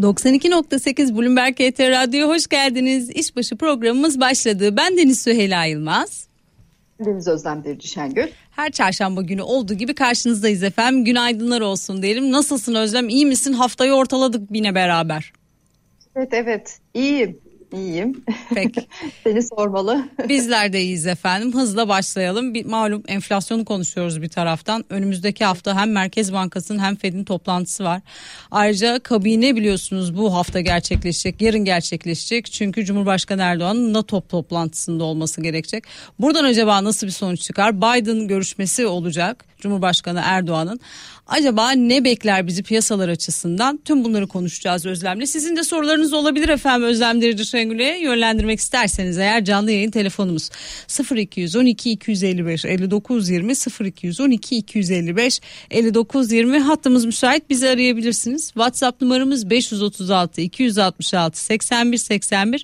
92.8 Bloomberg KT Radyo'ya hoş geldiniz. İşbaşı programımız başladı. Ben Deniz Süheyla Yılmaz. Deniz Özlem Derici Şengül. Her çarşamba günü olduğu gibi karşınızdayız efendim. Günaydınlar olsun diyelim. Nasılsın Özlem? İyi misin? Haftayı ortaladık yine beraber. Evet. İyiyim. Peki. Seni sormalı. Bizler de iyiyiz efendim. Hızla başlayalım. Malum enflasyonu konuşuyoruz bir taraftan. Önümüzdeki hafta hem Merkez Bankası'nın hem Fed'in toplantısı var. Ayrıca kabine biliyorsunuz bu hafta gerçekleşecek. Yarın gerçekleşecek. Çünkü Cumhurbaşkanı Erdoğan'ın NATO toplantısında olması gerekecek. Buradan acaba nasıl bir sonuç çıkar? Biden görüşmesi olacak. Cumhurbaşkanı Erdoğan'ın. Acaba ne bekler bizi piyasalar açısından? Tüm bunları konuşacağız Özlem'le. Sizin de sorularınız olabilir efendim Özlem Derici Şengül'e yönlendirmek isterseniz eğer canlı yayın telefonumuz 0212 255 59 20 0212 255 59 20 hattımız müsait, bizi arayabilirsiniz. WhatsApp numaramız 536 266 81 81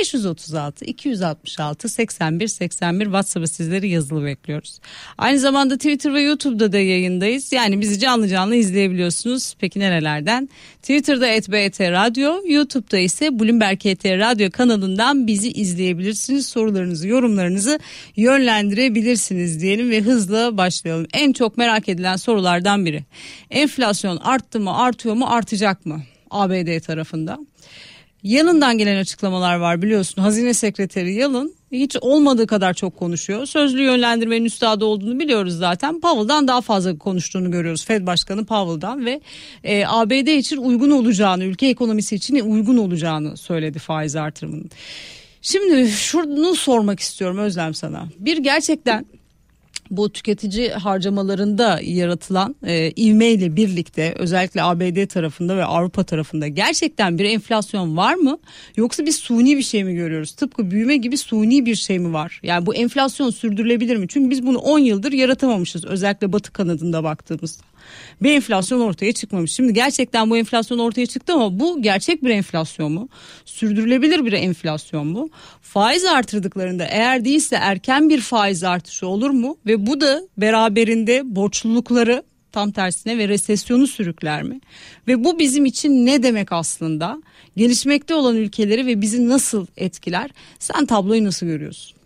536 266 81 81 WhatsApp'a sizleri yazılı bekliyoruz. Aynı zamanda Twitter ve YouTube'da da yayındayız. Yani bizi canlı izleyebiliyorsunuz. Peki nerelerden? Twitter'da @BT-Radyo, YouTube'da ise Bloomberg KT Radyo kanalından bizi izleyebilirsiniz. Sorularınızı, yorumlarınızı yönlendirebilirsiniz diyelim ve hızla başlayalım. En çok merak edilen sorulardan biri. Enflasyon arttı mı, artıyor mu, artacak mı ABD tarafında? Yalın'dan gelen açıklamalar var biliyorsun. Hazine Sekreteri Yalın hiç olmadığı kadar çok konuşuyor. Sözlü yönlendirmenin üstadı olduğunu biliyoruz zaten. Powell'dan daha fazla konuştuğunu görüyoruz. Fed Başkanı Powell'dan ve ABD için uygun olacağını, ülke ekonomisi için uygun olacağını söyledi faiz artırımının. Şimdi şunu sormak istiyorum Özlem sana. Gerçekten bu tüketici harcamalarında yaratılan ivmeyle birlikte özellikle ABD tarafında ve Avrupa tarafında gerçekten bir enflasyon var mı? Yoksa bir suni bir şey mi görüyoruz? Tıpkı büyüme gibi suni bir şey mi var? Yani bu enflasyon sürdürülebilir mi? Çünkü biz bunu 10 yıldır yaratamamışız. Özellikle Batı kanadında baktığımızda. Bir enflasyon ortaya çıkmamış. Şimdi gerçekten bu enflasyon ortaya çıktı ama bu gerçek bir enflasyon mu? Sürdürülebilir bir enflasyon mu? Faiz artırdıklarında eğer değilse erken bir faiz artışı olur mu? Ve bu da beraberinde borçlulukları tam tersine ve resesyonu sürükler mi? Ve bu bizim için ne demek aslında? Gelişmekte olan ülkeleri ve bizi nasıl etkiler? Sen tabloyu nasıl görüyorsun?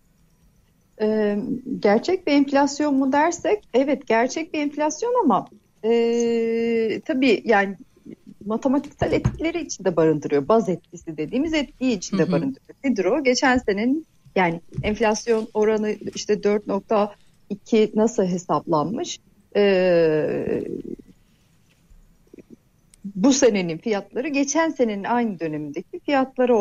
Gerçek bir enflasyon mu dersek, evet gerçek bir enflasyon ama tabii yani matematiksel etkileri içinde barındırıyor. Baz etkisi dediğimiz etkiyi içinde barındırıyor. Nedir o? Geçen senenin yani enflasyon oranı işte 4.2 nasıl hesaplanmış? Bu senenin fiyatları geçen senenin aynı dönemindeki fiyatlara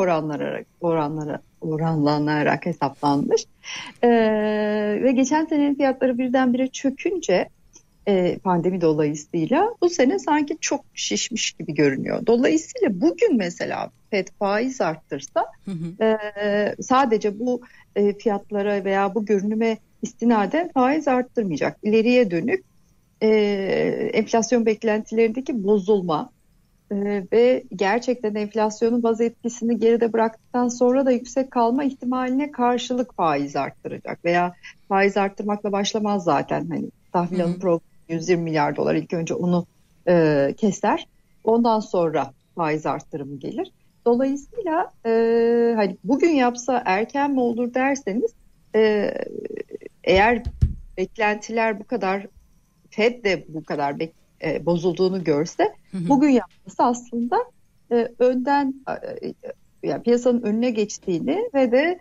oranlanarak hesaplanmış. Ve geçen senenin fiyatları birdenbire çökünce pandemi dolayısıyla bu sene sanki çok şişmiş gibi görünüyor. Dolayısıyla bugün mesela FED faiz arttırsa sadece bu fiyatlara veya bu görünüme istinaden faiz arttırmayacak. İleriye dönük enflasyon beklentilerindeki bozulma ve gerçekten enflasyonun baz etkisini geride bıraktıktan sonra da yüksek kalma ihtimaline karşılık faiz arttıracak veya faiz arttırmakla başlamaz zaten. Hani tahvil alım programı 120 milyar dolar ilk önce onu keser. Ondan sonra faiz arttırımı gelir. Dolayısıyla hani bugün yapsa erken mi olur derseniz eğer beklentiler bu kadar FED de bu kadar bozulduğunu görse bugün yapması aslında önden yani piyasanın önüne geçtiğini ve de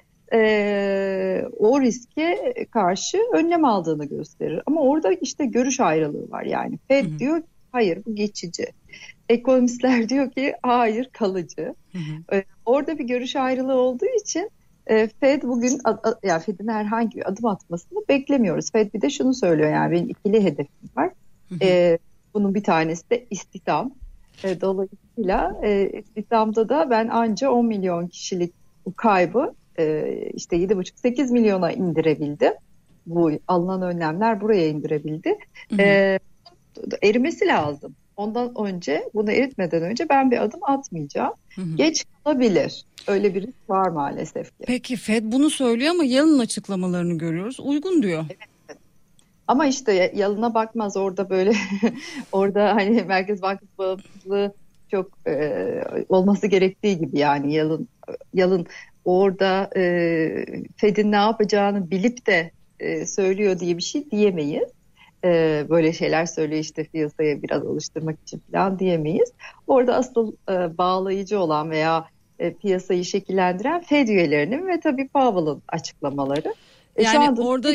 o riske karşı önlem aldığını gösterir. Ama orada işte görüş ayrılığı var yani. FED diyor hayır bu geçici. Ekonomistler diyor ki hayır kalıcı. Orada bir görüş ayrılığı olduğu için FED bugün yani Fed'in herhangi bir adım atmasını beklemiyoruz. FED bir de şunu söylüyor yani benim ikili hedefim var. Bunun bir tanesi de istihdam. Dolayısıyla istihdamda da ben anca 10 milyon kişilik bu kaybı işte 7,5-8 milyona indirebildim. Bu alınan önlemler buraya indirebildi. Erimesi lazım. Ondan önce bunu eritmeden önce ben bir adım atmayacağım. Geç kalabilir. Öyle bir risk var maalesef ki. Peki FED bunu söylüyor ama Yalın'ın açıklamalarını görüyoruz. Uygun diyor. Evet. Ama işte Yalın'a bakmaz orada böyle orada hani Merkez Bankası bağımsızlığı çok olması gerektiği gibi, yani yalın orada Fed'in ne yapacağını bilip de söylüyor diye bir şey diyemeyiz. Böyle şeyler söylüyor işte piyasaya biraz alıştırmak için falan diyemeyiz. Orada asıl bağlayıcı olan veya piyasayı şekillendiren Fed üyelerinin ve tabii Powell'ın açıklamaları. Yani orada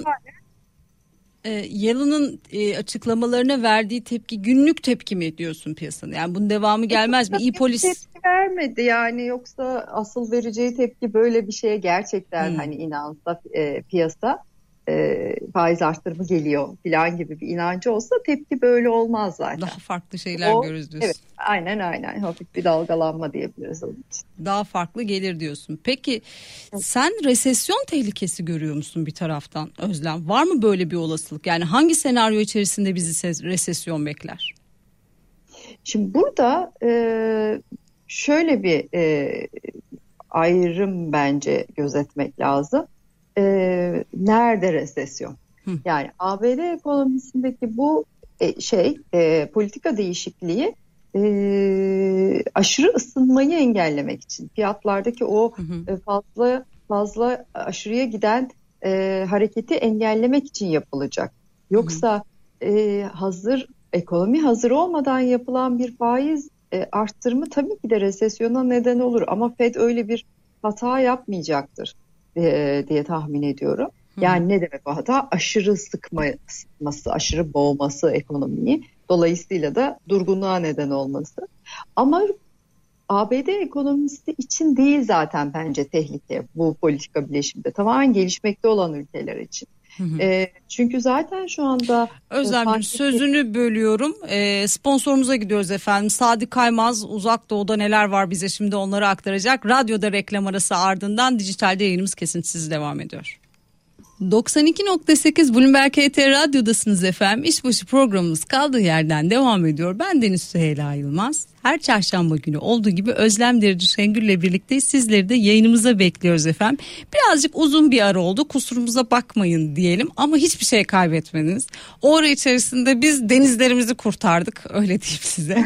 Yalın'ın açıklamalarına verdiği tepki günlük tepki mi diyorsun piyasanın? Yani bunun devamı gelmez mi? İyi polis tepki vermedi yani, yoksa asıl vereceği tepki böyle bir şeye gerçekten hani inansa piyasa faiz arttırımı geliyor falan gibi bir inancı olsa tepki böyle olmaz zaten. Daha farklı şeyler görürüz diyorsun. Evet, aynen hafif bir dalgalanma diyebiliriz onun için. Daha farklı gelir diyorsun. Peki sen resesyon tehlikesi görüyor musun bir taraftan Özlem? Var mı böyle bir olasılık? Yani hangi senaryo içerisinde bizi resesyon bekler? Şimdi burada şöyle bir ayrım bence gözetmek lazım. Nerede resesyon? Yani ABD ekonomisindeki bu politika değişikliği aşırı ısınmayı engellemek için, fiyatlardaki o fazla aşırıya giden hareketi engellemek için yapılacak. Yoksa ekonomi hazır olmadan yapılan bir faiz arttırımı tabii ki de resesyona neden olur, ama Fed öyle bir hata yapmayacaktır diye tahmin ediyorum. Yani ne demek o hata? Aşırı sıkması, aşırı boğması ekonomiyi. Dolayısıyla da durgunluğa neden olması. Ama ABD ekonomisi için değil zaten bence tehlike bu politika bileşimde. Tamamen gelişmekte olan ülkeler için. Çünkü zaten şu anda... Özlemciğim sözünü bölüyorum. Sponsorumuza gidiyoruz efendim. Sadi Kaymaz Uzak Doğu'da neler var bize şimdi onları aktaracak. Radyoda reklam arası ardından dijitalde yayınımız kesintisiz devam ediyor. 92.8 Bloomberg HT Radyo'dasınız efendim. İşbaşı programımız kaldığı yerden devam ediyor. Ben Deniz Süheyla Yılmaz. Her çarşamba günü olduğu gibi Özlem Derici Şengül'le birlikte sizleri de yayınımıza bekliyoruz efendim. Birazcık uzun bir ara oldu, kusurumuza bakmayın diyelim ama hiçbir şey kaybetmediniz. O ara içerisinde biz denizlerimizi kurtardık, öyle diyeyim size.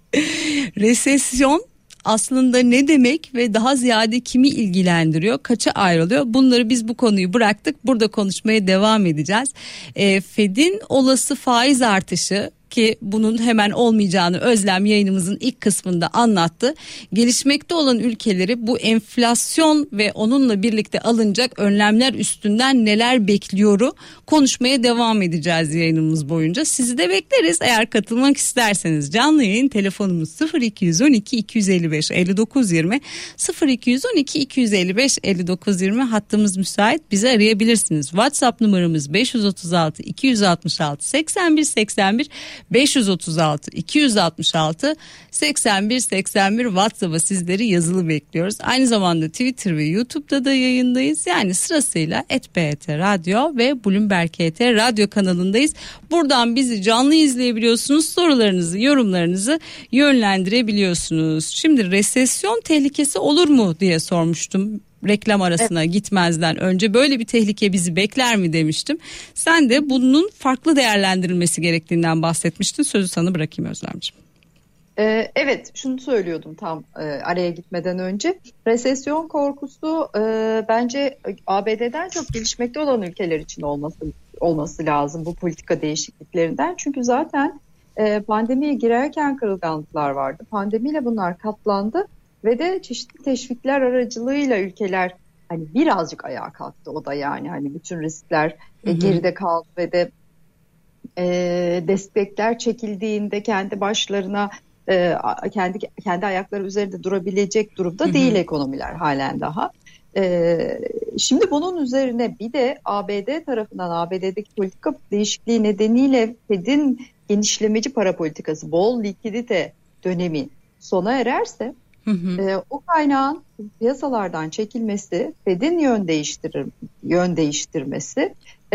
Resesyon aslında ne demek ve daha ziyade kimi ilgilendiriyor, kaça ayrılıyor? Bunları biz bu konuyu bıraktık. Burada konuşmaya devam edeceğiz. Fed'in olası faiz artışı, ki bunun hemen olmayacağını Özlem yayınımızın ilk kısmında anlattı. Gelişmekte olan ülkeleri bu enflasyon ve onunla birlikte alınacak önlemler üstünden neler bekliyoru konuşmaya devam edeceğiz yayınımız boyunca. Sizi de bekleriz eğer katılmak isterseniz. Canlı yayın telefonumuz 0212 255 59 20 0212 255 59 20, hattımız müsait, bizi arayabilirsiniz. WhatsApp numaramız 536 266 81 81 536 266 81 81. WhatsApp'a sizleri yazılı bekliyoruz. Aynı zamanda Twitter ve YouTube'da da yayındayız. Yani sırasıyla @BHT Radyo ve Bloomberg HT Radyo kanalındayız. Buradan bizi canlı izleyebiliyorsunuz. Sorularınızı, yorumlarınızı yönlendirebiliyorsunuz. Şimdi resesyon tehlikesi olur mu diye sormuştum. Reklam arasına gitmezden önce böyle bir tehlike bizi bekler mi demiştim. Sen de bunun farklı değerlendirilmesi gerektiğinden bahsetmiştin. Sözü sana bırakayım Özlemciğim. Evet, şunu söylüyordum tam araya gitmeden önce. Resesyon korkusu bence ABD'den çok gelişmekte olan ülkeler için olması lazım bu politika değişikliklerinden. Çünkü zaten pandemiye girerken kırılganlıklar vardı. Pandemiyle bunlar katlandı. Ve de çeşitli teşvikler aracılığıyla ülkeler hani birazcık ayağa kalktı, o da yani hani bütün riskler geride kaldı ve de destekler çekildiğinde kendi başlarına kendi ayakları üzerinde durabilecek durumda değil ekonomiler halen daha. Şimdi bunun üzerine bir de ABD tarafından ABD'deki politika değişikliği nedeniyle Fed'in genişlemeci para politikası, bol likidite dönemi sona ererse o kaynağın piyasalardan çekilmesi, Fed'in yön değiştirmesi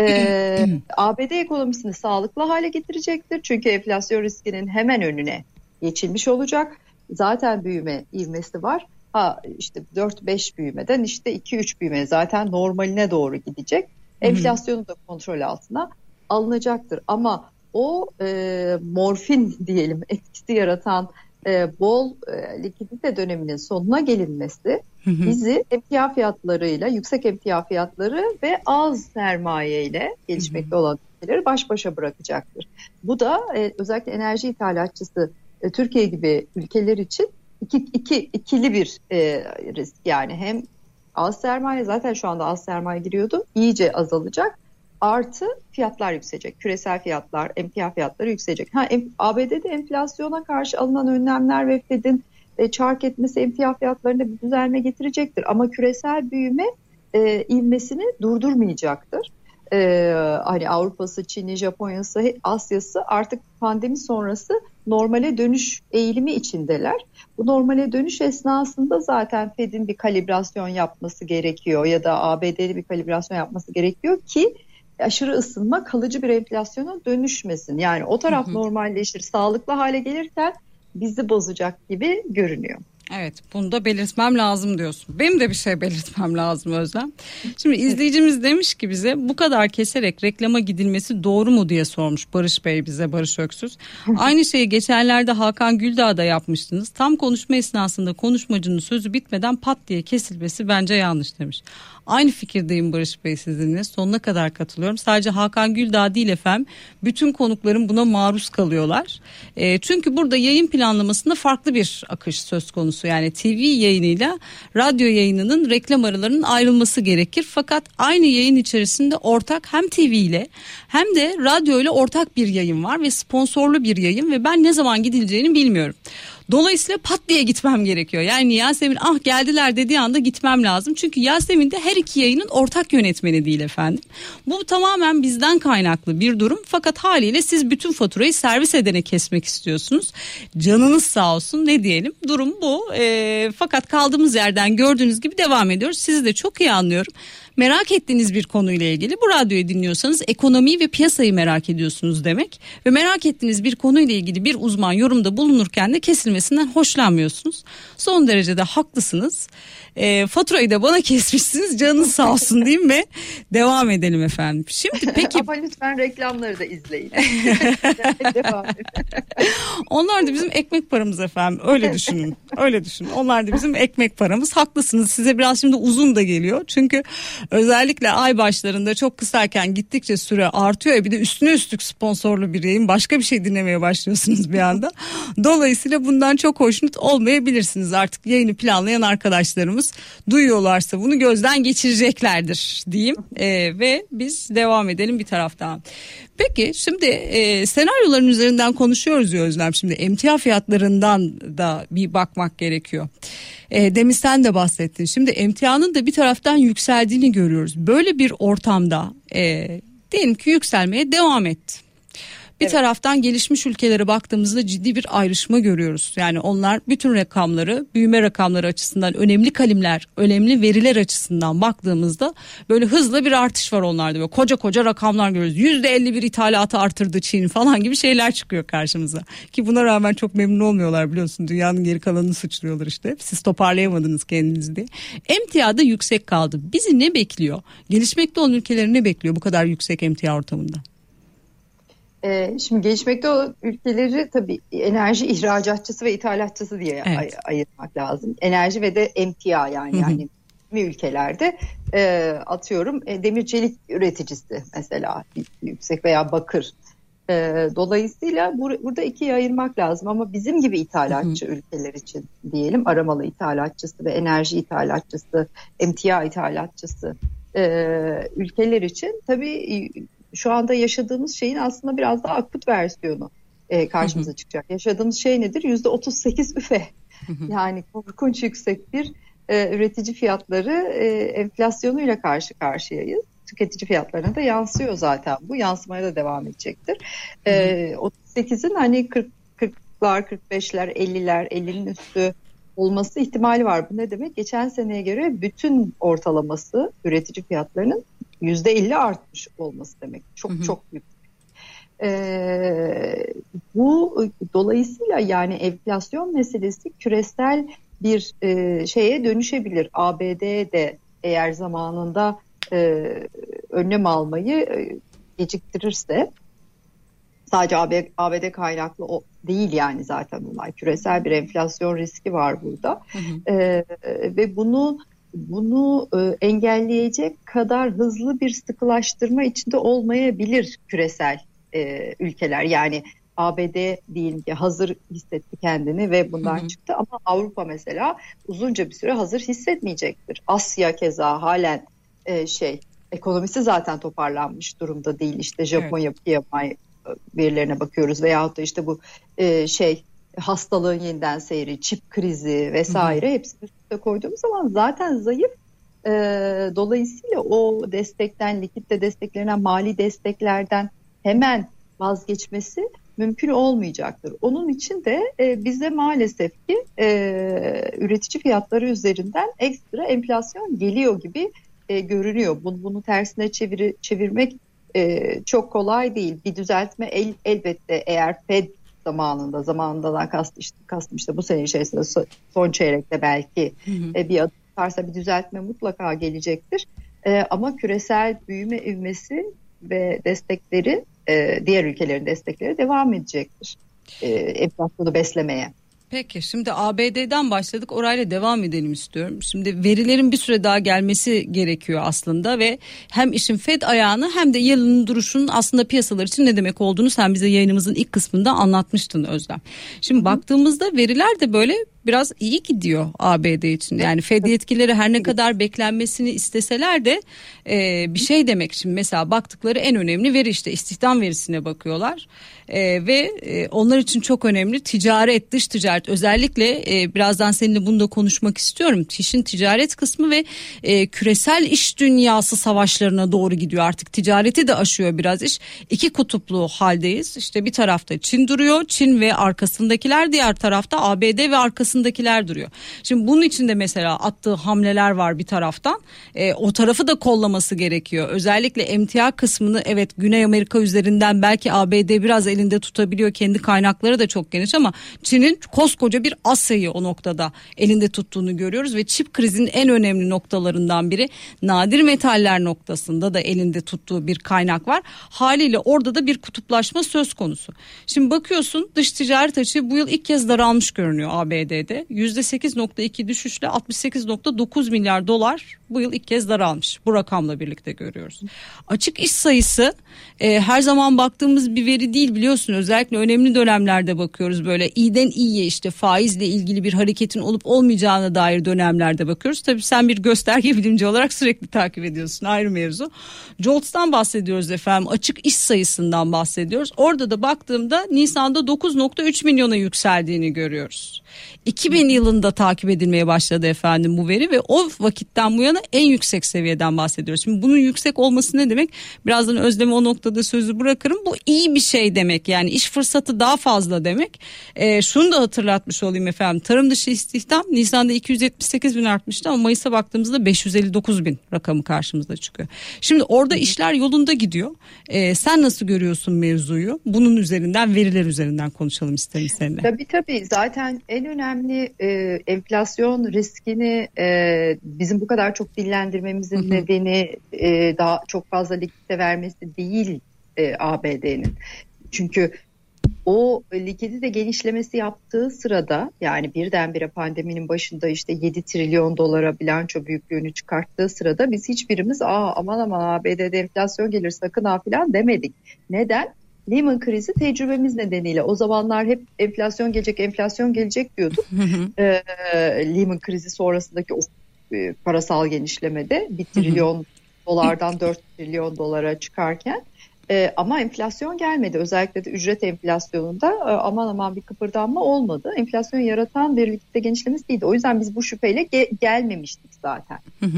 ABD ekonomisini sağlıklı hale getirecektir. Çünkü enflasyon riskinin hemen önüne geçilmiş olacak. Zaten büyüme ivmesi var. İşte 4-5 büyümeden işte 2-3 büyüme zaten normaline doğru gidecek. Enflasyonu da kontrol altına alınacaktır. Ama o morfin diyelim etkisi yaratan bol likidite döneminin sonuna gelinmesi bizi emtia fiyatlarıyla, yüksek emtia fiyatları ve az sermayeyle gelişmekte olan ülkeleri baş başa bırakacaktır. Bu da özellikle enerji ithalatçısı Türkiye gibi ülkeler için ikili bir risk. Yani hem az sermaye, zaten şu anda az sermaye giriyordu, iyice azalacak. Artı fiyatlar yükselecek. Küresel fiyatlar, emtia fiyatları yükselecek. ABD'de enflasyona karşı alınan önlemler ve Fed'in çark etmesi emtia fiyatlarında bir düzelme getirecektir. Ama küresel büyüme ivmesini durdurmayacaktır. Hani Avrupa'sı, Çin'i, Japonya'sı, Asya'sı artık pandemi sonrası normale dönüş eğilimi içindeler. Bu normale dönüş esnasında zaten Fed'in bir kalibrasyon yapması gerekiyor ya da ABD'li bir kalibrasyon yapması gerekiyor ki aşırı ısınma kalıcı bir enflasyona dönüşmesin. Yani o taraf normalleşir, sağlıklı hale gelirken bizi bozacak gibi görünüyor. Evet, bunu da belirtmem lazım diyorsun. Benim de bir şey belirtmem lazım Özlem. Şimdi izleyicimiz demiş ki bize, bu kadar keserek reklama gidilmesi doğru mu diye sormuş Barış Bey bize, Barış Öksüz. Aynı şeyi geçenlerde Hakan Güldağ'da yapmıştınız. Tam konuşma esnasında konuşmacının sözü bitmeden pat diye kesilmesi bence yanlış demiş. Aynı fikirdeyim Barış Bey sizinle, sonuna kadar katılıyorum. Sadece Hakan Güldağ değil efendim, bütün konukların buna maruz kalıyorlar. Çünkü burada yayın planlamasında farklı bir akış söz konusu. Yani TV yayınıyla radyo yayınının reklam aralarının ayrılması gerekir. Fakat aynı yayın içerisinde ortak hem TV ile hem de radyo ile ortak bir yayın var ve sponsorlu bir yayın ve ben ne zaman gidileceğini bilmiyorum. Dolayısıyla pat diye gitmem gerekiyor. Yani Yasemin geldiler dediği anda gitmem lazım. Çünkü Yasemin de her iki yayının ortak yönetmeni değil efendim. Bu tamamen bizden kaynaklı bir durum. Fakat haliyle siz bütün faturayı servis edene kesmek istiyorsunuz. Canınız sağ olsun, ne diyelim. Durum bu. Fakat kaldığımız yerden gördüğünüz gibi devam ediyoruz. Sizi de çok iyi anlıyorum. Merak ettiğiniz bir konuyla ilgili bu radyoyu dinliyorsanız ekonomiyi ve piyasayı merak ediyorsunuz demek. Ve merak ettiğiniz bir konuyla ilgili bir uzman yorumda bulunurken de kesilmesinden hoşlanmıyorsunuz. Son derece de haklısınız. Faturayı da bana kesmişsiniz, canınız sağ olsun diyeyim ve devam edelim efendim. Şimdi peki. Ama lütfen reklamları da izleyin. Devam edin. Onlar da bizim ekmek paramız efendim, öyle düşünün. Öyle düşünün. Onlar da bizim ekmek paramız. Haklısınız, size biraz şimdi uzun da geliyor. Çünkü özellikle ay başlarında çok kısayken gittikçe süre artıyor ya, bir de üstüne üstlük sponsorlu bir yayın, başka bir şey dinlemeye başlıyorsunuz bir anda. Dolayısıyla bundan çok hoşnut olmayabilirsiniz. Artık yayını planlayan arkadaşlarımız duyuyorlarsa bunu gözden geçireceklerdir diyeyim ve biz devam edelim bir taraftan. Peki şimdi senaryoların üzerinden konuşuyoruz ya Özlem, şimdi emtia fiyatlarından da bir bakmak gerekiyor. Demin sen de bahsettin, şimdi emtianın da bir taraftan yükseldiğini görüyoruz. Böyle bir ortamda diyelim ki yükselmeye devam etti. Bir taraftan gelişmiş ülkelere baktığımızda ciddi bir ayrışma görüyoruz. Yani onlar bütün rakamları, büyüme rakamları açısından önemli kalemler, önemli veriler açısından baktığımızda böyle hızlı bir artış var onlarda. Böyle koca koca rakamlar görüyoruz. %51 ithalatı artırdı Çin falan gibi şeyler çıkıyor karşımıza. Ki buna rağmen çok memnun olmuyorlar, biliyorsun. Dünyanın geri kalanını suçluyorlar işte. Siz toparlayamadınız kendinizi diye. Emtia da yüksek kaldı. Bizi ne bekliyor? Gelişmekte olan ülkeleri ne bekliyor bu kadar yüksek emtia ortamında? Şimdi gelişmekte olan ülkeleri tabii enerji ihracatçısı ve ithalatçısı diye ayırmak lazım. Enerji ve de emtia yani ülkelerde atıyorum demir çelik üreticisi mesela yüksek veya bakır. Dolayısıyla burada ikiye ayırmak lazım ama bizim gibi ithalatçı ülkeler için diyelim, aramalı ithalatçısı ve enerji ithalatçısı, emtia ithalatçısı ülkeler için tabii şu anda yaşadığımız şeyin aslında biraz daha akut versiyonu karşımıza çıkacak. Yaşadığımız şey nedir? %38 üfe. Yani korkunç yüksek bir üretici fiyatları enflasyonuyla karşı karşıyayız. Tüketici fiyatlarına da yansıyor zaten. Bu yansımaya da devam edecektir. 38'in hani 40'lar, 45'ler, 50'ler, 50'nin üstü olması ihtimali var. Bu ne demek? Geçen seneye göre bütün ortalaması üretici fiyatlarının %50 artmış olması demek. Çok çok büyük. Bu dolayısıyla yani enflasyon meselesi küresel bir şeye dönüşebilir. ABD'de eğer zamanında önlem almayı geciktirirse, sadece ABD kaynaklı değil yani zaten olay. Küresel bir enflasyon riski var burada. Ve bunu engelleyecek kadar hızlı bir sıkılaştırma içinde olmayabilir küresel ülkeler. Yani ABD diyelim ki hazır hissetti kendini ve bundan çıktı ama Avrupa mesela uzunca bir süre hazır hissetmeyecektir. Asya keza halen ekonomisi zaten toparlanmış durumda değil. İşte Japonya PMI verilerine bakıyoruz veyahut da işte bu hastalığın yeniden seyri, çip krizi vesaire hepsini üstüne koyduğumuz zaman zaten zayıf. Dolayısıyla o destekten, likitte desteklerinden, mali desteklerden hemen vazgeçmesi mümkün olmayacaktır. Onun için de bize maalesef ki üretici fiyatları üzerinden ekstra enflasyon geliyor gibi görünüyor. Bunu tersine çevirmek çok kolay değil. Bir düzeltme elbette eğer Fed zamanından kastım işte bu sene içerisinde son çeyrekte belki bir adım atarsa bir düzeltme mutlaka gelecektir. Ama küresel büyüme ivmesi ve destekleri diğer ülkelerin destekleri devam edecektir. Enflasyonu beslemeye. Peki şimdi ABD'den başladık, orayla devam edelim istiyorum. Şimdi verilerin bir süre daha gelmesi gerekiyor aslında ve hem işin Fed ayağını hem de yılın duruşunun aslında piyasalar için ne demek olduğunu sen bize yayınımızın ilk kısmında anlatmıştın Özlem. Şimdi baktığımızda veriler de böyle biraz iyi gidiyor ABD için. Yani Fed yetkileri her ne kadar beklenmesini isteseler de bir şey demek. Şimdi mesela baktıkları en önemli veri işte istihdam verisine bakıyorlar. Ve onlar için çok önemli ticaret, dış ticaret, özellikle birazdan seninle bunu da konuşmak istiyorum. İşin ticaret kısmı ve küresel iş dünyası savaşlarına doğru gidiyor. Artık ticareti de aşıyor biraz iş. İki kutuplu haldeyiz. İşte bir tarafta Çin duruyor. Çin ve arkasındakiler, diğer tarafta ABD ve arkasındakiler duruyor. Şimdi bunun için de mesela attığı hamleler var bir taraftan. O tarafı da kollaması gerekiyor. Özellikle emtia kısmını evet Güney Amerika üzerinden belki ABD biraz elinde tutabiliyor. Kendi kaynakları da çok geniş ama Çin'in koskoca bir Asya'yı o noktada elinde tuttuğunu görüyoruz ve çip krizinin en önemli noktalarından biri nadir metaller noktasında da elinde tuttuğu bir kaynak var. Haliyle orada da bir kutuplaşma söz konusu. Şimdi bakıyorsun dış ticaret açığı bu yıl ilk kez daralmış görünüyor ABD'de. %8.2 düşüşle 68.9 milyar dolar bu yıl ilk kez daralmış. Bu rakamla birlikte görüyoruz. Açık iş sayısı her zaman baktığımız bir veri değil biliyorsun. Özellikle önemli dönemlerde bakıyoruz, böyle iyiden iyiye işte faizle ilgili bir hareketin olup olmayacağına dair dönemlerde bakıyoruz. Tabii sen bir gösterge bilimci olarak sürekli takip ediyorsun, ayrı mevzu. JOLTS'tan bahsediyoruz efendim, açık iş sayısından bahsediyoruz. Orada da baktığımda Nisan'da 9.3 milyona yükseldiğini görüyoruz. 2000 yılında takip edilmeye başladı efendim bu veri ve o vakitten bu yana en yüksek seviyeden bahsediyoruz. Şimdi bunun yüksek olması ne demek? Birazdan Özlem'e o noktada sözü bırakırım. Bu iyi bir şey demek, yani iş fırsatı daha fazla demek. Şunu da hatırlatmış olayım efendim. Tarım dışı istihdam Nisan'da 278 bin artmıştı ama Mayıs'a baktığımızda 559 bin rakamı karşımıza çıkıyor. Şimdi orada işler yolunda gidiyor. Sen nasıl görüyorsun mevzuyu? Bunun üzerinden, veriler üzerinden konuşalım isterim seninle. Tabii zaten en önemli enflasyon riskini bizim bu kadar çok dillendirmemizin nedeni daha çok fazla likidite vermesi değil ABD'nin. Çünkü o likidite genişlemesi yaptığı sırada, yani birdenbire pandeminin başında işte 7 trilyon dolara bilanço büyüklüğünü çıkarttığı sırada biz hiçbirimiz aman ABD'de enflasyon gelir sakın ha falan demedik. Neden? Lehman krizi tecrübemiz nedeniyle o zamanlar hep enflasyon gelecek diyorduk. Lehman krizi sonrasındaki o parasal genişlemede 1 trilyon dolardan 4 trilyon dolara çıkarken ama enflasyon gelmedi. Özellikle de ücret enflasyonunda aman bir kıpırdanma olmadı. Enflasyon yaratan bir likidite genişlemesi değildi. O yüzden biz bu şüpheyle gelmemiştik zaten.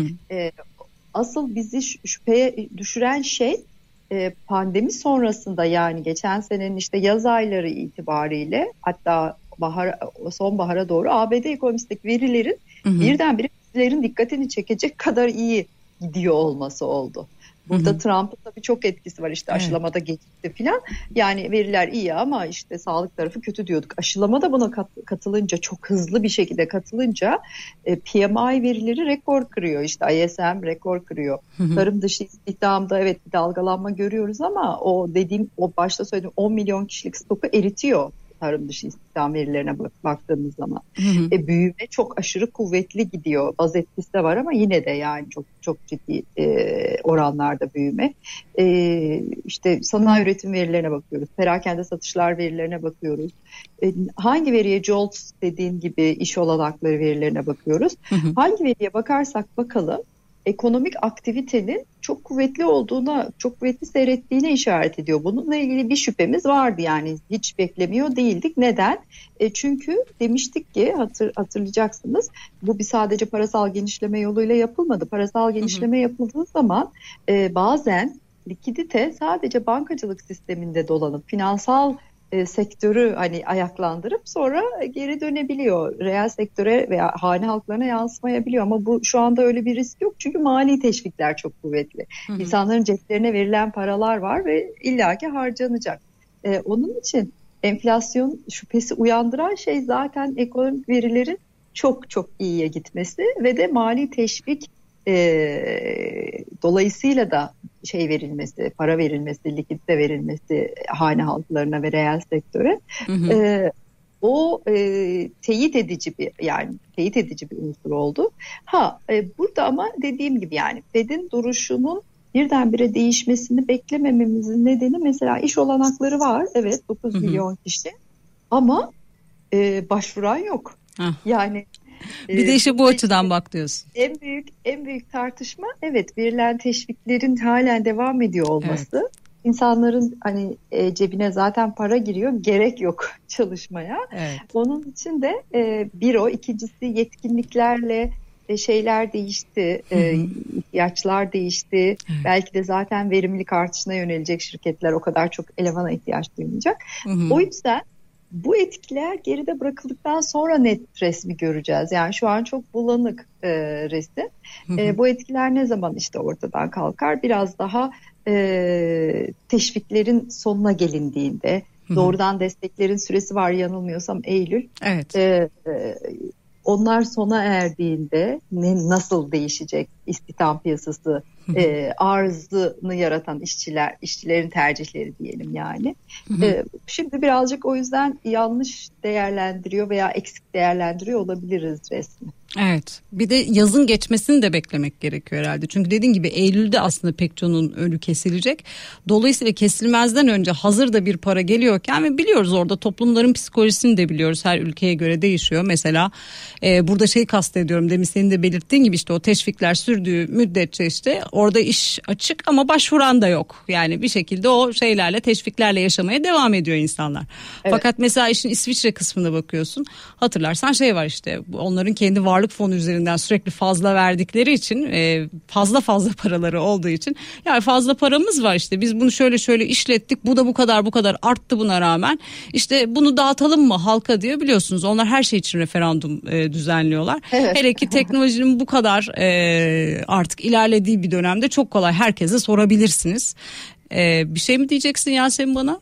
Asıl bizi şüpheye düşüren şey pandemi sonrasında, yani geçen senenin işte yaz ayları itibariyle hatta sonbahara doğru ABD ekonomisindeki verilerin birdenbire bizlerin dikkatini çekecek kadar iyi gidiyor olması oldu. Burada Trump'ın tabii çok etkisi var, işte aşılamada geçti filan. Yani veriler iyi ama işte sağlık tarafı kötü diyorduk. Aşılama da buna katılınca, çok hızlı bir şekilde katılınca PMI verileri rekor kırıyor. İşte ISM rekor kırıyor. Tarım dışı istihdamda evet bir dalgalanma görüyoruz ama o başta söylediğim 10 milyon kişilik stoku eritiyor tarım dışı istihdam verilerine baktığımız zaman. Büyüme çok aşırı kuvvetli gidiyor. Baz etkisi de var ama yine de yani çok çok ciddi oranlarda büyüme. İşte sanayi üretim verilerine bakıyoruz. Perakende satışlar verilerine bakıyoruz. Hangi veriye JOLTS dediğin gibi iş olanakları verilerine bakıyoruz. Hangi veriye bakarsak bakalım ekonomik aktivitenin çok kuvvetli olduğuna, çok kuvvetli seyrettiğine işaret ediyor. Bununla ilgili bir şüphemiz vardı yani hiç beklemiyor değildik. Neden? Çünkü demiştik ki hatırlayacaksınız bu bir sadece parasal genişleme yoluyla yapılmadı. Parasal genişleme yapıldığı zaman bazen likidite sadece bankacılık sisteminde dolanıp finansal sektörü hani ayaklandırıp sonra geri dönebiliyor. Reel sektöre veya hane halklarına yansımayabiliyor ama bu şu anda öyle bir risk yok çünkü mali teşvikler çok kuvvetli. İnsanların ceplerine verilen paralar var ve illaki harcanacak. Onun için enflasyon şüphesi uyandıran şey zaten ekonomik verilerin çok çok iyiye gitmesi ve de mali teşvik dolayısıyla da verilmesi, para verilmesi, likidite verilmesi hane halklarına ve reel sektöre o teyit edici bir unsur oldu. Burada ama dediğim gibi yani Fed'in duruşunun birdenbire değişmesini beklemememizin nedeni mesela iş olanakları var. Evet 9 milyon kişi ama başvuran yok. Yani bir de işe bu açıdan bak diyorsun. En büyük tartışma evet verilen teşviklerin halen devam ediyor olması. Evet. İnsanların hani cebine zaten para giriyor, gerek yok çalışmaya. Evet. Onun için de ikincisi yetkinliklerle şeyler değişti, ihtiyaçlar değişti. Evet. Belki de zaten verimlilik artışına yönelecek şirketler o kadar çok elemana ihtiyaç duymayacak. O yüzden bu etkiler geride bırakıldıktan sonra net resmi göreceğiz. Yani şu an çok bulanık resim. Bu etkiler ne zaman işte ortadan kalkar? Biraz daha teşviklerin sonuna gelindiğinde, doğrudan desteklerin süresi var yanılmıyorsam Eylül. Evet. Onlar sona erdiğinde nasıl değişecek istihdam piyasası, arzını yaratan işçilerin tercihleri diyelim yani. Şimdi birazcık o yüzden yanlış değerlendiriyor veya eksik değerlendiriyor olabiliriz resmi. Evet. Bir de yazın geçmesini de beklemek gerekiyor herhalde. Çünkü dediğin gibi Eylül'de aslında pek çoğunun önü kesilecek. Dolayısıyla kesilmezden önce hazır da bir para geliyorken ve biliyoruz orada toplumların psikolojisini de biliyoruz. Her ülkeye göre değişiyor. Mesela burada kastediyorum demin senin de belirttiğin gibi işte o teşvikler sürdüğü müddetçe işte orada iş açık ama başvuran da yok. Yani bir şekilde o şeylerle teşviklerle yaşamaya devam ediyor insanlar. Evet. Fakat mesela işin İsviçre kısmına bakıyorsun. Hatırlarsan var işte onların kendi varlık fonu üzerinden sürekli fazla verdikleri için fazla paraları olduğu için yani fazla paramız var işte biz bunu şöyle işlettik bu da bu kadar arttı buna rağmen işte bunu dağıtalım mı halka diye biliyorsunuz onlar her şey için referandum düzenliyorlar. Evet. Hele ki teknolojinin bu kadar artık ilerlediği bir dönemde çok kolay herkese sorabilirsiniz. Bir şey mi diyeceksin Yasemin bana?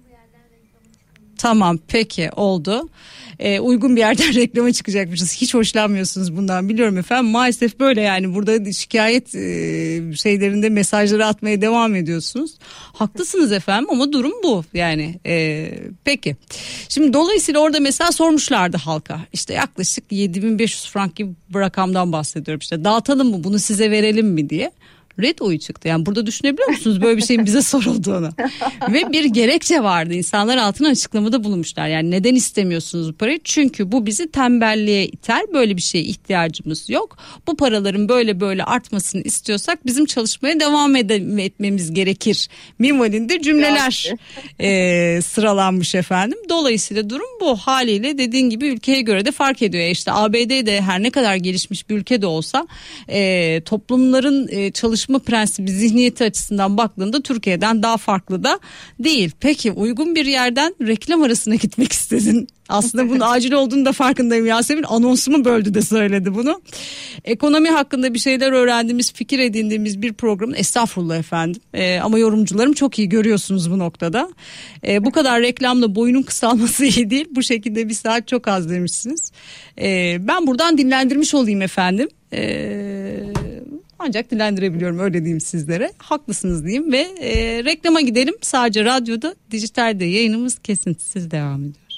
Tamam peki oldu. Uygun bir yerden reklama çıkacakmışız. Hiç hoşlanmıyorsunuz bundan biliyorum efendim. Maalesef böyle yani burada şikayet şeylerinde mesajları atmaya devam ediyorsunuz. Haklısınız efendim ama durum bu yani. Peki. Şimdi dolayısıyla orada mesela sormuşlardı halka. İşte yaklaşık 7.500 frank gibi bir rakamdan bahsediyorum. İşte dağıtalım mı bunu size verelim mi diye. Red oyu çıktı. Yani burada düşünebiliyor musunuz böyle bir şeyin bize sorulduğunu? Ve bir gerekçe vardı. İnsanlar altına açıklamada bulunmuşlar. Yani neden istemiyorsunuz bu parayı? Çünkü bu bizi tembelliğe iter. Böyle bir şeye ihtiyacımız yok. Bu paraların böyle artmasını istiyorsak bizim çalışmaya devam etmemiz gerekir. Minvalinde cümleler sıralanmış efendim. Dolayısıyla durum bu. Haliyle dediğin gibi ülkeye göre de fark ediyor. İşte ABD'de her ne kadar gelişmiş bir ülke de olsa toplumların çalışma prensibi zihniyeti açısından baktığında Türkiye'den daha farklı da değil. Peki uygun bir yerden reklam arasına gitmek istedin. Aslında bunun acil olduğunu da farkındayım. Yasemin anonsumu böldü de söyledi bunu. Ekonomi hakkında bir şeyler öğrendiğimiz, fikir edindiğimiz bir programın estağfurullah efendim. Ama yorumcularım çok iyi görüyorsunuz bu noktada. Bu kadar reklamla boyunun kısalması iyi değil. Bu şekilde bir saat çok az demişsiniz. Ben buradan dinlendirmiş olayım efendim. Ancak dilendirebiliyorum öyle diyeyim sizlere. Haklısınız diyeyim ve reklama gidelim. Sadece radyoda, dijitalde yayınımız kesintisiz devam ediyor.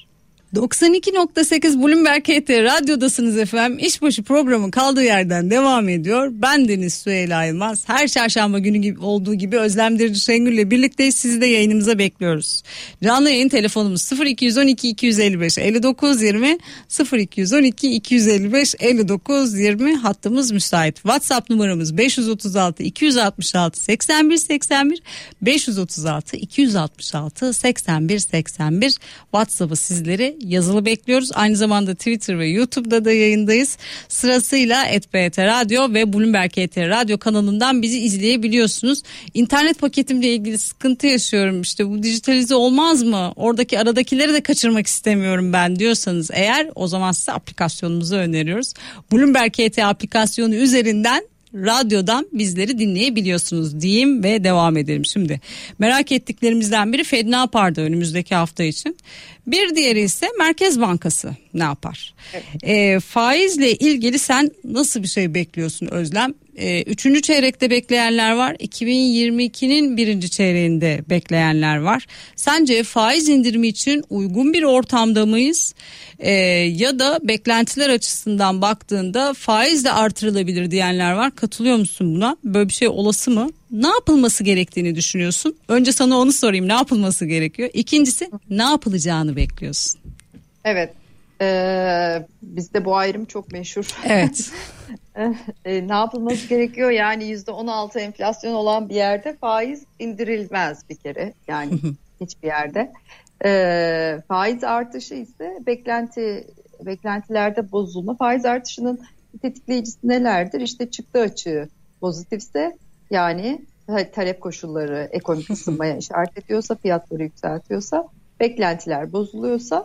92.8 Bloomberg HT Radyo'dasınız efendim. İşbaşı programı kaldığı yerden devam ediyor. Ben Deniz Süheyla Yılmaz. Her çarşamba günü gibi olduğu gibi Özlem Derici Şengül'le birlikteyiz. Sizi de yayınımıza bekliyoruz. Canlı yayın telefonumuz 0212 255 59 20 0212 255 59 20 hattımız müsait. WhatsApp numaramız 536 266 81 81 536 266 81 81 WhatsApp'ı sizleri yazılı bekliyoruz. Aynı zamanda Twitter ve YouTube'da da yayındayız. Sırasıyla @BT Radyo ve Bloomberg HT Radyo kanalından bizi izleyebiliyorsunuz. İnternet paketimle ilgili sıkıntı yaşıyorum. İşte bu dijitalize olmaz mı? Oradaki aradakileri de kaçırmak istemiyorum ben diyorsanız eğer, o zaman size aplikasyonumuzu öneriyoruz. Bloomberg HT aplikasyonu üzerinden radyodan bizleri dinleyebiliyorsunuz diyeyim ve devam edelim. Şimdi merak ettiklerimizden biri Fed ne yapardı önümüzdeki hafta için? Bir diğeri ise Merkez Bankası ne yapar? Evet. Faizle ilgili sen nasıl bir şey bekliyorsun Özlem? Üçüncü çeyrekte bekleyenler var. 2022'nin birinci çeyreğinde bekleyenler var. Sence faiz indirimi için uygun bir ortamda mıyız? Ya da beklentiler açısından baktığında faiz de artırılabilir diyenler var. Katılıyor musun buna? Böyle bir şey olası mı? Ne yapılması gerektiğini düşünüyorsun? Önce sana onu sorayım. Ne yapılması gerekiyor? İkincisi, ne yapılacağını bekliyorsun? Evet. Bizde bu ayrım çok meşhur. Evet. Ne yapılması gerekiyor? Yani %16 enflasyon olan bir yerde faiz indirilmez bir kere. Yani hiçbir yerde. Faiz artışı ise beklentilerde bozulma. Faiz artışının tetikleyicisi nelerdir? İşte çıktı açığı pozitifse, yani talep koşulları ekonomik ısınmaya işaret ediyorsa, fiyatları yükseltiyorsa, beklentiler bozuluyorsa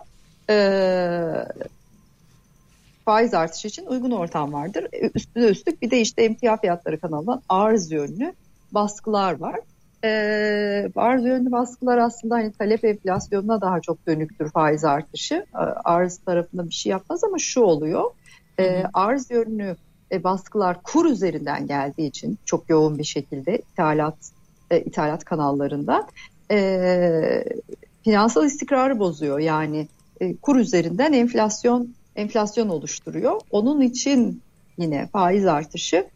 faiz artışı için uygun ortam vardır. Üstüne üstlük bir de işte emtia fiyatları kanalından arz yönlü baskılar var. Arz yönlü baskılar aslında hani talep enflasyonuna daha çok dönüktür faiz artışı. Arz tarafında bir şey yapmaz ama şu oluyor. Arz yönlü baskılar kur üzerinden geldiği için çok yoğun bir şekilde ithalat kanallarında finansal istikrarı bozuyor. Yani kur üzerinden enflasyon oluşturuyor. Onun için yine faiz artışı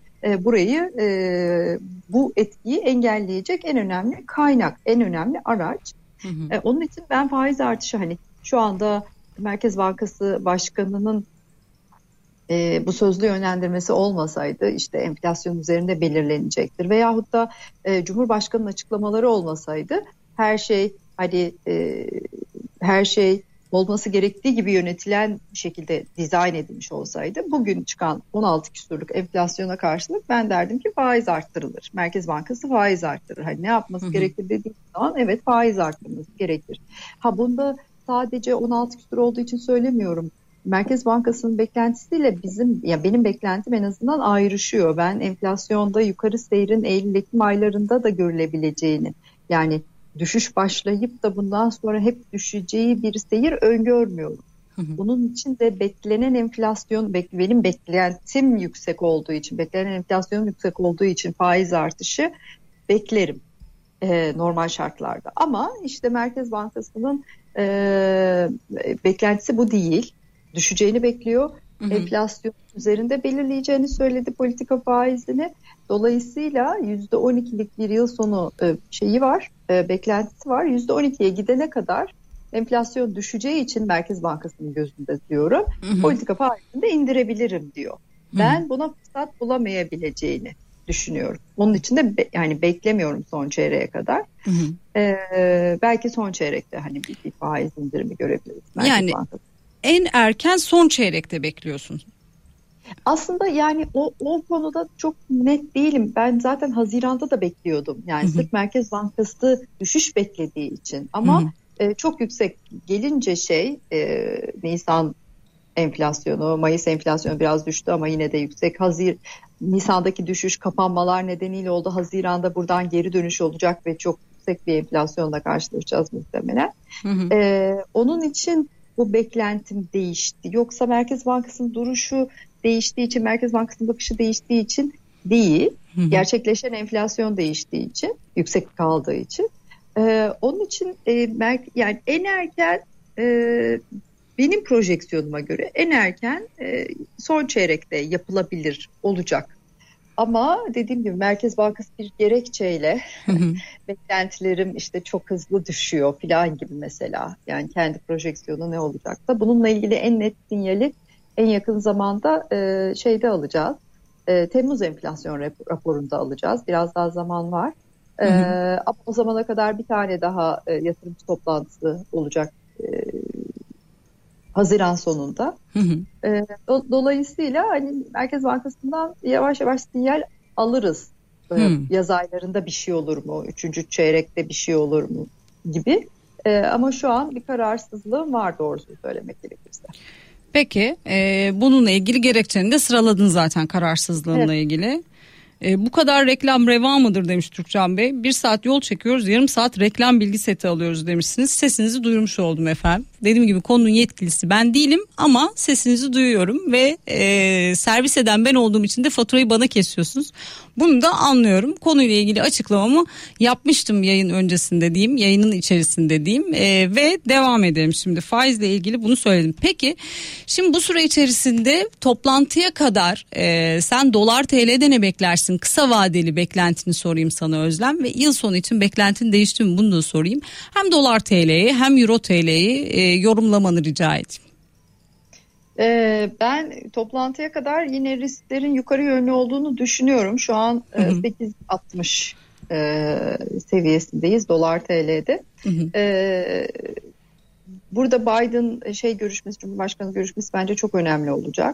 bu etkiyi engelleyecek en önemli kaynak, en önemli araç. Onun için ben faiz artışı, hani şu anda Merkez Bankası Başkanı'nın bu sözlü yönlendirmesi olmasaydı işte enflasyon üzerinde belirlenecektir veyahut da Cumhurbaşkanı'nın açıklamaları olmasaydı her şey olması gerektiği gibi yönetilen bir şekilde dizayn edilmiş olsaydı, bugün çıkan 16 küsurluk enflasyona karşılık ben derdim ki faiz arttırılır. Merkez Bankası faiz arttırır. Hani ne yapması gerekir dediğim zaman evet, faiz arttırması gerekir. Bunda sadece 16 küsur olduğu için söylemiyorum. Merkez Bankası'nın beklentisiyle benim beklentim en azından ayrışıyor. Ben enflasyonda yukarı seyrin Eylül-Ekim aylarında da görülebileceğini, yani düşüş başlayıp da bundan sonra hep düşeceği bir seyir öngörmüyorum. Bunun için de beklenen enflasyon, benim beklentim yüksek olduğu için, beklenen enflasyon yüksek olduğu için faiz artışı beklerim normal şartlarda. Ama işte Merkez Bankası'nın beklentisi bu değil. Düşeceğini bekliyor. Enflasyon üzerinde belirleyeceğini söyledi politika faizini. Dolayısıyla %12'lik bir yıl sonu şeyi var, beklentisi var. %12'ye gidene kadar enflasyon düşeceği için Merkez Bankası'nın gözünde diyorum, politika faizini de indirebilirim diyor. Ben buna fırsat bulamayabileceğini düşünüyorum. Onun için de yani beklemiyorum son çeyreğe kadar. Belki son çeyrekte hani bir faiz indirimi görebiliriz. Yani Bankası. En erken son çeyrekte bekliyorsun. Aslında yani o konuda çok net değilim. Ben zaten Haziran'da da bekliyordum. Yani sırf Merkez Bankası düşüş beklediği için. Ama çok yüksek gelince Nisan enflasyonu, Mayıs enflasyonu biraz düştü ama yine de yüksek. Nisan'daki düşüş kapanmalar nedeniyle oldu. Haziran'da buradan geri dönüş olacak ve çok yüksek bir enflasyonla karşılaşacağız muhtemelen. Onun için bu beklentim değişti. Yoksa Merkez Bankası'nın duruşu değiştiği için, Merkez Bankası'nın bakışı değiştiği için değil. Gerçekleşen enflasyon değiştiği için, yüksek kaldığı için. Onun için yani en erken benim projeksiyonuma göre en erken son çeyrekte yapılabilir olacak. Ama dediğim gibi Merkez Bankası bir gerekçeyle beklentilerim işte çok hızlı düşüyor falan gibi mesela. Yani kendi projeksiyonu ne olacaksa bununla ilgili en net sinyali en yakın zamanda şeyde alacağız. Temmuz enflasyon raporunda alacağız. Biraz daha zaman var. Ama o zamana kadar bir tane daha yatırımcı toplantısı olacak Haziran sonunda. Dolayısıyla hani Merkez Bankası'ndan yavaş yavaş sinyal alırız. Yaz aylarında bir şey olur mu? Üçüncü çeyrekte bir şey olur mu? Gibi. Ama şu an bir kararsızlığım var doğrusunu söylemek gerekirse. Peki bununla ilgili gerekçeni de sıraladın zaten kararsızlığınla ilgili. Bu kadar reklam reva mıdır demiş Türkcan Bey. 1 saat yol çekiyoruz, yarım saat reklam bilgi seti alıyoruz demişsiniz. Sesinizi duyurmuş oldum efendim. Dediğim gibi konunun yetkilisi ben değilim ama sesinizi duyuyorum ve servis eden ben olduğum için de faturayı bana kesiyorsunuz. Bunu da anlıyorum. Konuyla ilgili açıklamamı yapmıştım yayın öncesinde diyeyim, yayının içerisinde diyeyim ve devam edelim şimdi. Faizle ilgili bunu söyledim. Peki şimdi bu süre içerisinde toplantıya kadar sen dolar TL'de ne beklersin? Kısa vadeli beklentini sorayım sana Özlem ve yıl sonu için beklentin değişti mi bunu da sorayım. Hem dolar TL'yi hem euro TL'yi yorumlamanı rica edeyim. Ben toplantıya kadar yine risklerin yukarı yönlü olduğunu düşünüyorum. Şu an 8.60 seviyesindeyiz dolar TL'de. Burada Biden görüşmesi, Cumhurbaşkanı görüşmesi bence çok önemli olacak.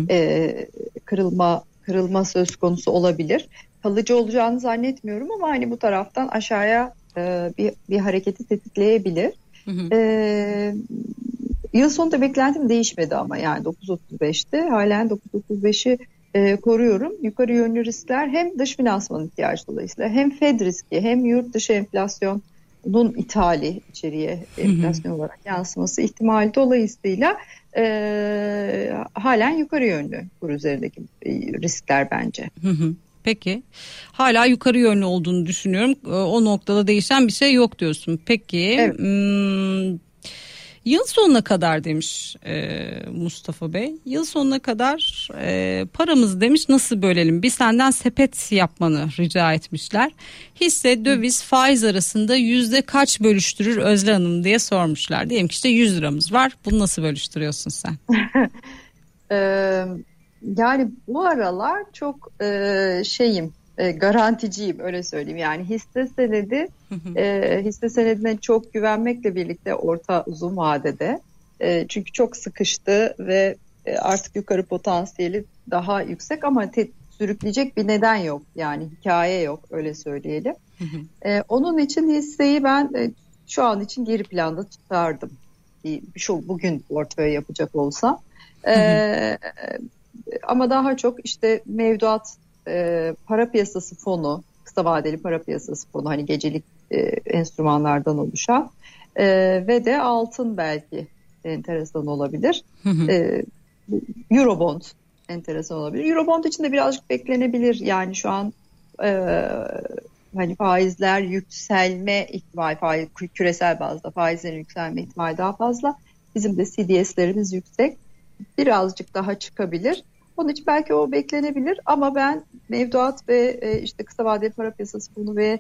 Kırılma söz konusu olabilir. Kalıcı olacağını zannetmiyorum ama hani bu taraftan aşağıya bir hareketi tetikleyebilir. Yıl sonunda beklentim değişmedi ama yani 9.35'ti. Halen 9.35'i koruyorum. Yukarı yönlü riskler hem dış finansman ihtiyacı dolayısıyla hem Fed riski hem yurt dışı enflasyonun ithali içeriye enflasyon olarak yansıması ihtimali dolayısıyla halen yukarı yönlü kur üzerindeki riskler bence. Peki hala yukarı yönlü olduğunu düşünüyorum. O noktada değişen bir şey yok diyorsun. Peki evet. Yıl sonuna kadar demiş Mustafa Bey. Yıl sonuna kadar paramızı demiş nasıl bölelim? Bir senden sepet yapmanı rica etmişler. Hisse, döviz, faiz arasında yüzde kaç bölüştürür Özlem Hanım diye sormuşlar. Diyelim ki işte 100 liramız var. Bunu nasıl bölüştürüyorsun sen? Yani bu aralar çok garanticiyim öyle söyleyeyim. Yani hisse senedine çok güvenmekle birlikte orta uzun vadede çünkü çok sıkıştı ve artık yukarı potansiyeli daha yüksek ama sürükleyecek bir neden yok. Yani hikaye yok öyle söyleyelim. Onun için hisseyi ben şu an için geri planda tutardım. Bugün portföy yapacak olsam. Ama daha çok işte mevduat para piyasası fonu, kısa vadeli para piyasası fonu hani gecelik enstrümanlardan oluşan ve de altın belki enteresan olabilir. Eurobond enteresan olabilir. Eurobond için de birazcık beklenebilir. Yani şu an hani faizler yükselme ihtimali, küresel bazda faizlerin yükselme ihtimali daha fazla. Bizim de CDS'lerimiz yüksek. Birazcık daha çıkabilir. Onun için belki o beklenebilir ama ben mevduat ve işte kısa vadeli para piyasası fonu ve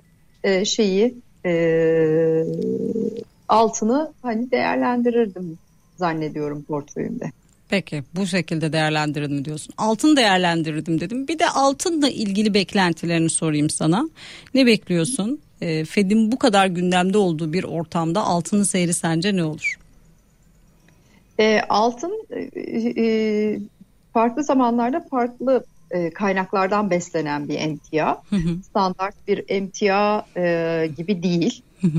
altını hani değerlendirirdim zannediyorum portföyümde. Peki bu şekilde değerlendirdin mi diyorsun? Altın değerlendirirdim dedim. Bir de altınla ilgili beklentilerini sorayım sana. Ne bekliyorsun? Fed'in bu kadar gündemde olduğu bir ortamda altının seyri sence ne olur? Altın farklı zamanlarda farklı kaynaklardan beslenen bir emtia. Standart bir emtia gibi değil.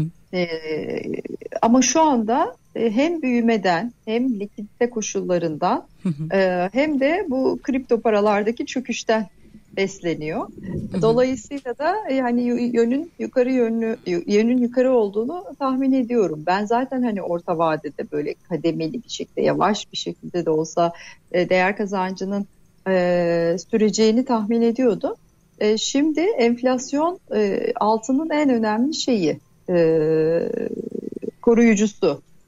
Ama şu anda hem büyümeden hem likidite koşullarından hem de bu kripto paralardaki çöküşten besleniyor. Dolayısıyla da yani yönün yukarı olduğunu tahmin ediyorum. Ben zaten hani orta vadede böyle kademeli bir şekilde yavaş bir şekilde de olsa değer kazancının süreceğini tahmin ediyordum. Şimdi enflasyon altının en önemli şeyi koruyucusu.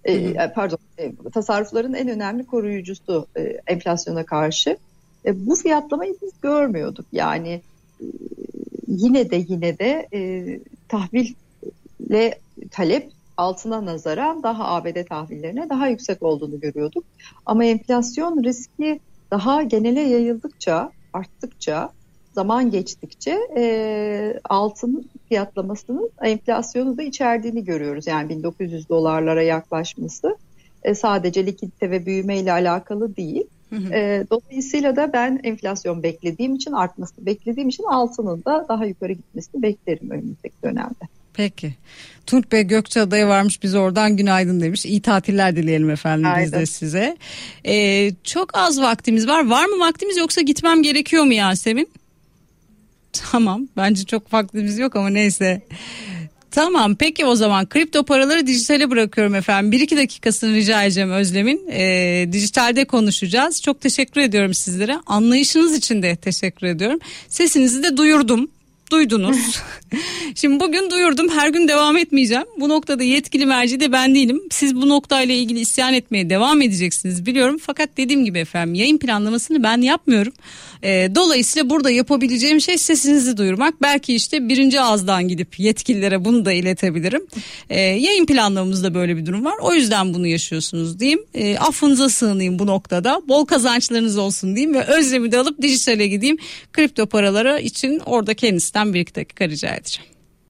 Tasarrufların en önemli koruyucusu enflasyona karşı. Bu fiyatlamayı biz görmüyorduk. Yani yine de tahville talep altına nazaran daha ABD tahvillerine daha yüksek olduğunu görüyorduk. Ama enflasyon riski daha genele yayıldıkça, arttıkça, zaman geçtikçe altın fiyatlamasının enflasyonu da içerdiğini görüyoruz. Yani 1900 dolarlara yaklaşması sadece likidite ve büyüme ile alakalı değil. Dolayısıyla da ben enflasyon beklediğim için, artmasını beklediğim için altının da daha yukarı gitmesini beklerim önümüzdeki dönemde. Peki. Tunç Bey Gökçeada'ya varmış, biz oradan günaydın demiş. İyi tatiller dileyelim efendim biz de size. Çok az vaktimiz var. Var mı vaktimiz, yoksa gitmem gerekiyor mu Yasemin? Tamam, bence çok vaktimiz yok ama neyse. Tamam, peki o zaman kripto paraları dijitale bırakıyorum efendim. 1-2 dakikasını rica edeceğim Özlem'in. Dijitalde konuşacağız. Çok teşekkür ediyorum sizlere. Anlayışınız için de teşekkür ediyorum. Sesinizi de duyurdum. Duydunuz. Şimdi bugün duyurdum. Her gün devam etmeyeceğim. Bu noktada yetkili merci de ben değilim. Siz bu noktayla ilgili isyan etmeye devam edeceksiniz biliyorum. Fakat dediğim gibi efendim, yayın planlamasını ben yapmıyorum. Dolayısıyla burada yapabileceğim şey sesinizi duyurmak. Belki işte birinci ağızdan gidip yetkililere bunu da iletebilirim. Yayın planlamamızda böyle bir durum var. O yüzden bunu yaşıyorsunuz diyeyim. Affınıza sığınayım bu noktada. Bol kazançlarınız olsun diyeyim ve Özlem'i de alıp dijitale gideyim. Kripto paraları için orada kendisinden 1-2 dakika rica edeceğim.